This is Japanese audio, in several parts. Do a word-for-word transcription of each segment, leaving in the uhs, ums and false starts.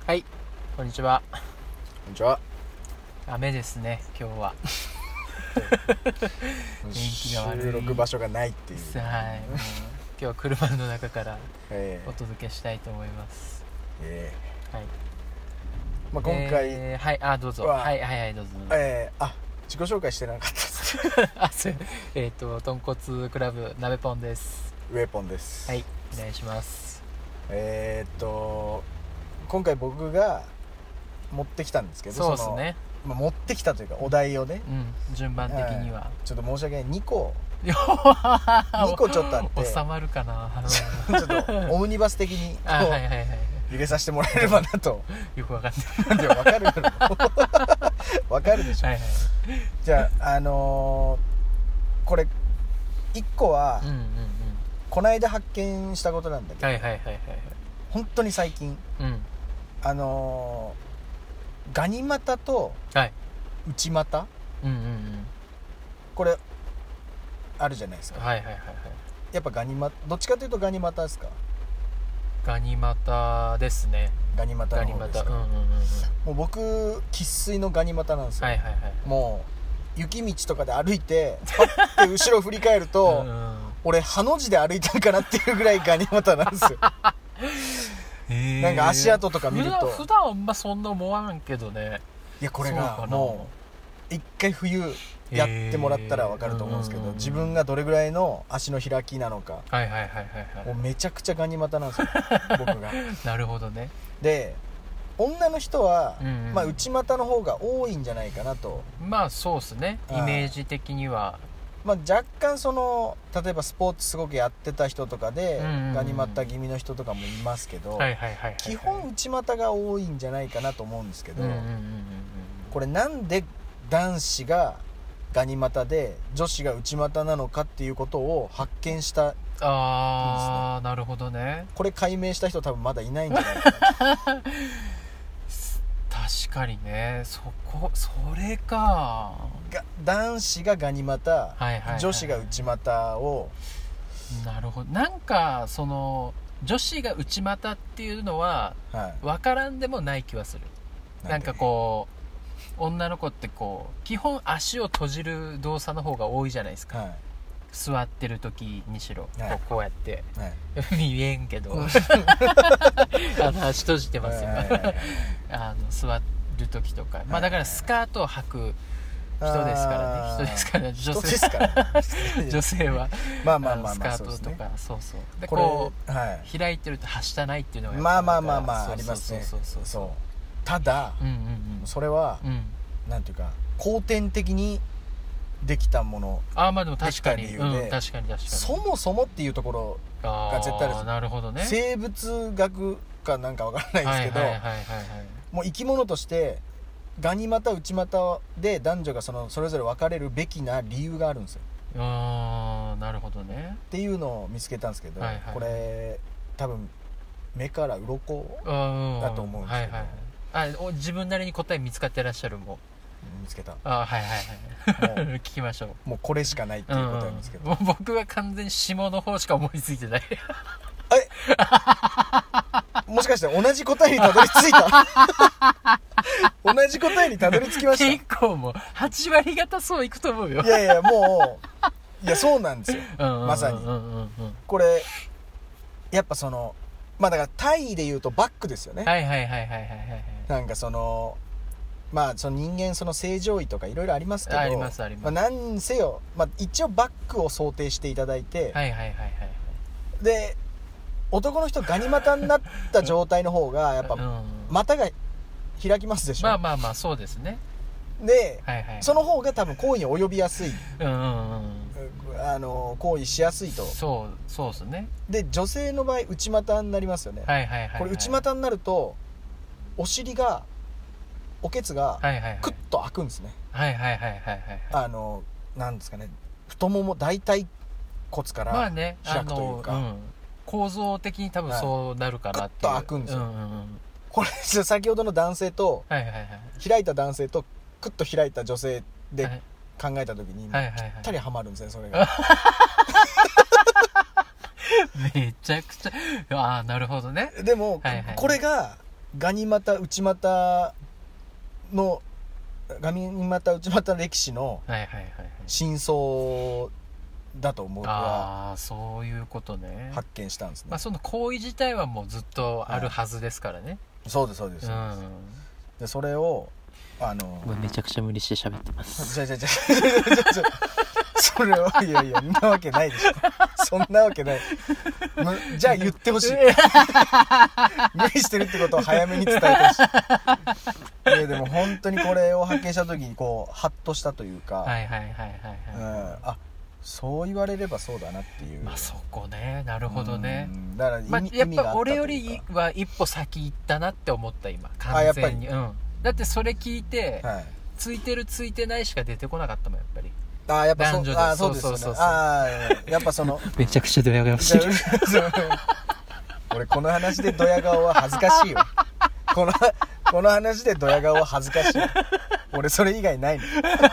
はい、こんにちは。 こんにちは。 雨ですね、今日は。天気が悪い。 収録場所がないっていう。 はい、もう今日は車の中からえお届けしたいと思います。 えはい。 まあ、今回、 えー、はい、あ、どうぞ。はいはいはい、どうぞ。 えー、あ、自己紹介してなかったです。 あ、そう、えっ、ー、と、豚骨クラブ鍋ポンです。 ウェポンです。 はい、お願いします。 えー、っと今回僕が持ってきたんですけど、 そうですね。 まあ、持ってきたというかお題をね、 うん、順番的には、 ちょっと申し訳ない、にこにこちょっとあって収まるかなちょっとオムニバス的にこう、 はいはいはいはい、 入れさせてもらえればなと。 よくわかんない。 でも分かる分かるでしょ、 はいはい、 じゃああのー、これいっこは、 うんうんうん、 こないだ発見したことなんだけど、 はいはいはいはい、 本当に最近、 うん、 あのー、ガニ股と内股、 うんうんうん、 これあるじゃないですか。 はいはいはいはい。 やっぱガニ股、どっちかというとガニ股ですか？ ガニ股ですね。 ガニ股の方ですか？ ガニ股、うんうんうんうん、 もう僕生粋のガニ股なんですよ。 はいはいはい。 もう雪道とかで歩いてパッて後ろ振り返るとうん、うん、俺ハの字で歩いたんかなっていうぐらいガニ股なんですよ。 へなんか足跡とか見ると、 普段あんまそんな思わんけどね。 いやこれがもう一回冬やってもらったら分かると思うんですけど、自分がどれぐらいの足の開きなのか、 はいはいはいはいはい、 もうめちゃくちゃガニ股なんですよ僕が。 なるほどね。 で女の人は、 うんうん、 まあ、内股の方が多いんじゃないかなと。 まあそうですね、イメージ的には。 まあ、若干その例えばスポーツすごくやってた人とかで、うんうんうん、ガニ股気味の人とかもいますけど、基本内股が多いんじゃないかなと思うんですけど、うんうんうんうん、これなんで男子がガニ股で女子が内股なのかっていうことを発見したんですね。 ああ、なるほどね。 これ解明した人多分まだいないんじゃないかな。 確かにね、そこそれか。 男子がガニ股、はいはいはい、女子が内股を。 なるほど。なんかその女子が内股っていうのは分からんでもない気はする。はい、なんかこう女の子ってこう基本足を閉じる動作の方が多いじゃないですか。はい、座ってる時にしろ、はい、こう、こうやって、はい、見えんけどあの足閉じてますよ、はいはいはい、あの座る時とか、まあ、だからスカートを履く人ですからね、人ですからね、女性ですから女性はまあまあまあスカートとか、そうそうでここう、 はい、 開いてるとはしたないっていうのがまあまあまあまあありますね。そうそうそう。ただ、うんうんうん、それは、うん、なんていうか後天的にできたもの、 あ、まあでも確かに、うん、確かに確かにそもそもっていうところが絶対ある。 あ、なるほどね。 生物学かなんかわからないですけど、はいはいはいはい、もう生き物としてガニ股内股で男女がそのそれぞれ分かれるべきな理由があるんですよ。 ああ、なるほどね。 っていうのを見つけたんですけど、はいはい、これ多分目から鱗だと思うんですけど、はいはい、 あ、自分なりに答え見つかってらっしゃる。も見つけた。 あ、はいはいはい。もう聞きましょう。 もうこれしかないっていう答えを見つけた。 もう僕は完全に下の方しか思いついてない。 えもしかして同じ答えにたどり着いた？同じ答えにたどり着きました。 結構もうはちわり方そういくと思うよ。 いやいやもういやそうなんですよ、まさにこれやっぱそのまあだから体位で言うとバックですよね。 はいはいはいはいはいはい。 なんかそのまあその人間その正常位とかいろいろありますけど、 ありますあります、 まあ、なんせよ、まあ、一応バックを想定していただいて、 はいはいはいはい。 で男の人ガニ股になった状態の方がやっぱ股が開きますでしょ。 まあまあまあそうですね。 で、 はいはい、 その方が多分行為に及びやすい、 うんうんうん、 あの行為しやすいと。 そうそうですね。 で女性の場合内股になりますよね。 はいはいはいはい、 これ内股になるとお尻がおケツがクッと開くんですね。 はいはいはいはいはい。 あのなんですかね、太もも大腿骨から開くというか、まあね、あの、うん、 構造的に多分そうなるかなっていう、 クッと開くんですよ、うんうんうん、これ先ほどの男性と、はいはいはい、開いた男性とクッと開いた女性で考えた時に、はい、ぴったりはまるんですね、それが。 めちゃくちゃ、ああなるほどね。 でも、はいはい、これがガニ股内股のガニ股内股歴史の真相だと僕はああそういうことね発見したんですね。 まあその行為自体はもうずっとあるはずですからね、はい、 そうですそうです、うん、でそれをあのめちゃくちゃ無理して喋ってますじゃじゃじゃじゃそれはいやいやそんなわけないでしょそんなわけないじゃあ言ってほしい無理してるってことを早めに伝えてほしい。いやでも本当にこれを発見した時にこうハッとしたというか、 はいはいはいはいはい、 うん、あそう言われればそうだなっていう。 まあそこねなるほどね。 だから意味、 まあ、やっぱ俺よりは一歩先行ったなって思った今完全に。うん、だってそれ聞いて、はい、ついてるついてないしか出てこなかったもんやっぱり。 ああやっぱそ男女であそうですよね。そうそうそうああやっぱそのめちゃくちゃドヤ顔してる。 俺この話でドヤ顔は恥ずかしいよ。このこの話でドヤ顔は恥ずかしい。俺それ以外ないの。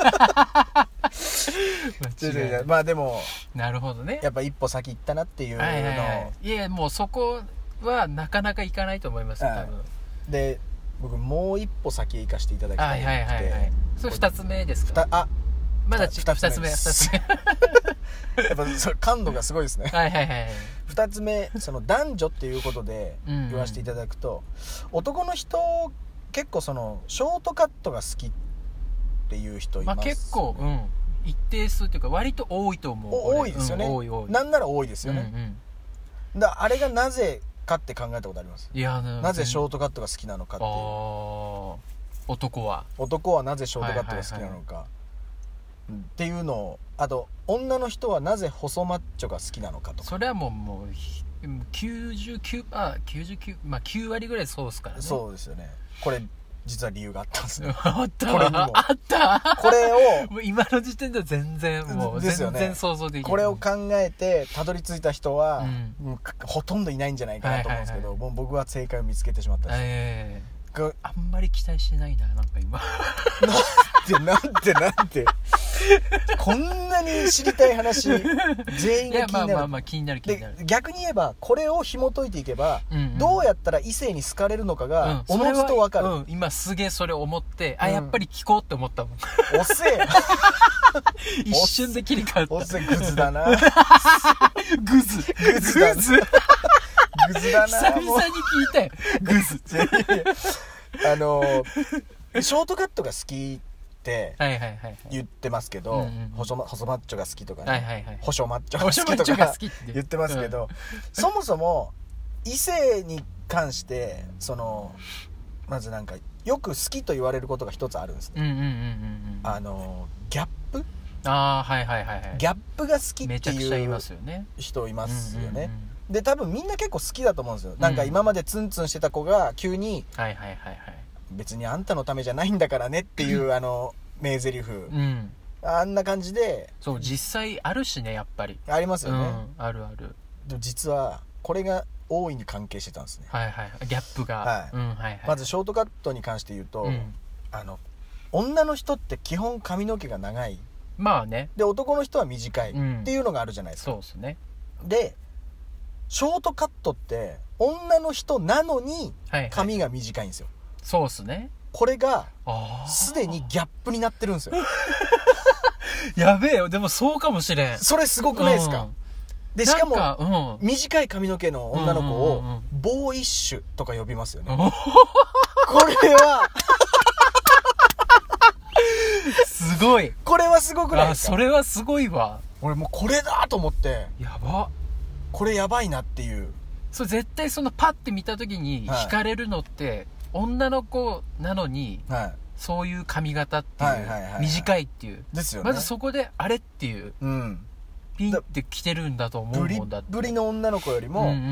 まあでもなるほどね。 やっぱ一歩先行ったなっていうのを、はいはいはい、 いやもうそこはなかなか行かないと思いますよ多分。 で僕もう一歩先へ行かせていただきたいなって。はいはいはいはい。 それ二つ目ですか。 あまだ二つ目二つ目。 やっぱそれ感度がすごいですね。 はいはいはい。 二つ目その男女っていうことで言わせていただくと、うんうん、男の人結構そのショートカットが好きっていう人います、ね。まあ結構、 うん、一定数というか割と多いと思う。 多いですよね。うん、多い多い。なんなら多いですよね。うんうん、だあれがなぜかって考えたことあります。 いやなぜショートカットが好きなのかっていう。あ男は男はなぜショートカットが好きなのか。はいはいはいっていうのをあと女の人はなぜ細マッチョが好きなのかとかそれはもうもうきゅうじゅうきゅうパーセント、きゅうじゅうきゅうまあきゅう割ぐらいそうですからね。 そうですよね。これ実は理由があったんですね。 あったこれにもあったこれをもう今の時点では全然もう全然想像できない。 これを考えてたどり着いた人は、うん、もうほとんどいないんじゃないかなと思うんですけど、はいはいはい、もう僕は正解を見つけてしまったんです、えー、あんまり期待してないななんか今なんでなんでなんでこんなに知りたい話全員が気になる。いやまあまあまあ気になる気になる。で逆に言えばこれを紐解いていけば、うんうん、どうやったら異性に好かれるのかがおのずと分かる、うんうん、今すげえそれ思って、うん、あやっぱり聞こうって思ったもん。 おせえ一瞬で切り替わった。 おせグズだな。 グズグズだな。グズだな。 久々に聞いたよグズ。 あのショートカットが好きって言ってますけど、細マッチョが好きとかね、はいはいはい、細マッチョが好きとか言ってますけど、うん、そもそも異性に関してそのまずなんかよく好きと言われることが一つあるんですね。うんうんうんうん、あのギャップ。 あはいはいはいはい。 ギャップが好きっていうめちゃくちゃいますよね。 人いますよね。で多分みんな結構好きだと思うんですよ。なんか今までツンツンしてた子が急に、うん、はいはいはいはい。別にあんたのためじゃないんだからねっていう、うん、あの名台詞、うん、あんな感じでそう実際あるしねやっぱりありますよね、うん、 あるある。 でも実はこれが大いに関係してたんですね。 はいはいギャップが、 はいうんはいはい、まずショートカットに関して言うと、うん、あの女の人って基本髪の毛が長いまあねで男の人は短いっていうのがあるじゃないですか、 うん、そうですね。 でショートカットって女の人なのに髪が短いんですよ、はいはいそうですね。 これがすでにギャップになってるんですよ。 やべえよでもそうかもしれん。 それすごくないですか、うん、でしかも、うん、短い髪の毛の女の子をボーイッシュとか呼びますよね、うんうんうん、これはすごいこれはすごくないですか。 あそれはすごいわ。 俺もうこれだと思ってやばこれやばいなっていう。 そう絶対そのパッて見た時に惹かれるのって、はい女の子なのに、はい、そういう髪型っていう、はいはいはいはい、短いっていうですよね。 まずそこであれっていう、うん、ピンって来てるんだと思うもんだって。 ブリブリの女の子よりも、うんうんうんうん、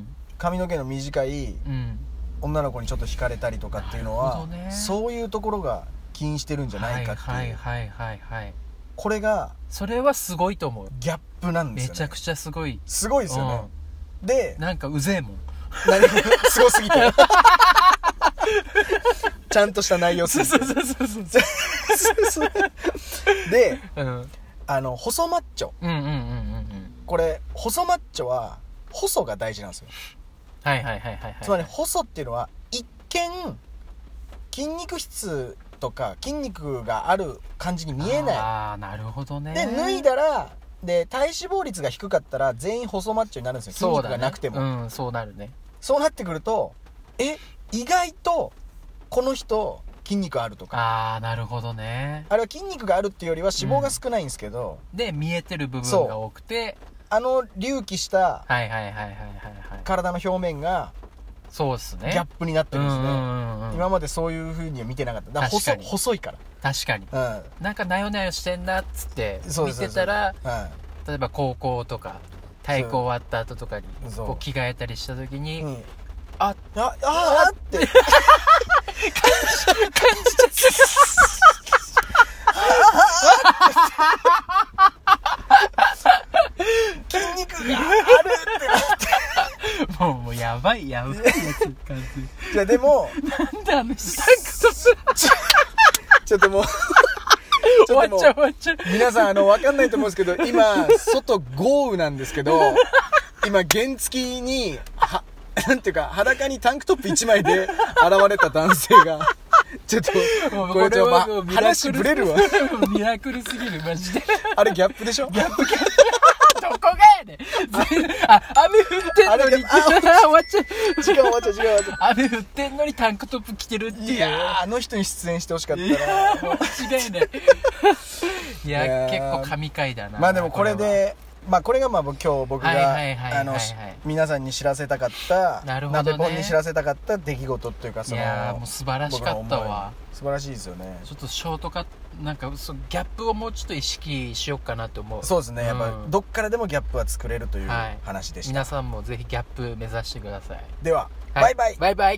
髪の毛の短い女の子にちょっと惹かれたりとかっていうのは、ね、そういうところが起因してるんじゃないかっていう、はいはいはいはい、これがそれはすごいと思う。 ギャップなんですよね。 めちゃくちゃすごいすごいですよね、うん、でなんかうぜえもん何すごすぎてちゃんとした内容すぎてそうそうそうそうで、うん、あの細マッチョ、うんうんうんうん、これ細マッチョは細が大事なんですよ。 はいはいはいはい、はい、 つまり細っていうのは一見筋肉質とか筋肉がある感じに見えない。 ああ、なるほどね。 で脱いだらで体脂肪率が低かったら全員細マッチョになるんですよ、筋肉がなくても。 そうだね、うん、そうなるね。 そうなってくるとえ意外とこの人筋肉あるとか、 ああ、なるほどね。 あれは筋肉があるっていうよりは脂肪が少ないんですけど、 うん、で見えてる部分が多くて、 あの隆起したはいはいはいはいはいはい体の表面がそうっすね、 ギャップになってるんですね、 うんうんうん、 今までそういう風には見てなかった。だから細細いから。 確かに、 うん、 なんかなよなよしてんなっつって見てたら、 はい、 例えば高校とか体育終わった後とかにこう着替えたりした時に、うん、ああああって感じちゃった筋肉があるってなってもうもうやばいやばいやつ感じ。 じゃあでもなんであの人タンクトップちょっともう終わっちゃう終わっちゃう。 皆さんあの分かんないと思うんですけど、今外豪雨なんですけど、今原付にはなんていうか裸にタンクトップいちまいで現れた男性がちょっとこれちょっと、ま、話ぶれるわ。 ミラクルすぎるマジで。 あれギャップでしょ。 ギャップギャップどこがやねん。あ、雨降ってんのに終わっちゃう。 時間終わっちゃう時間終わっちゃう。 雨降ってんのにタンクトップ着てるっていう。 いやあの人に出演してほしかったな。 いやもう間違いない。いや結構神回だな。 まあでもこれでまあこれがまあ今日僕があの皆さんに知らせたかった鍋ポンに知らせたかった出来事というか、そのいやもう素晴らしかったわ。 素晴らしいですよね。 ちょっとショートカットなんかそのギャップをもうちょっと意識しようかなと思う。 そうですね、やっぱどっからでもギャップは作れるという話でした。 皆さんもぜひギャップ目指してください。 ではバイバイバイバイ。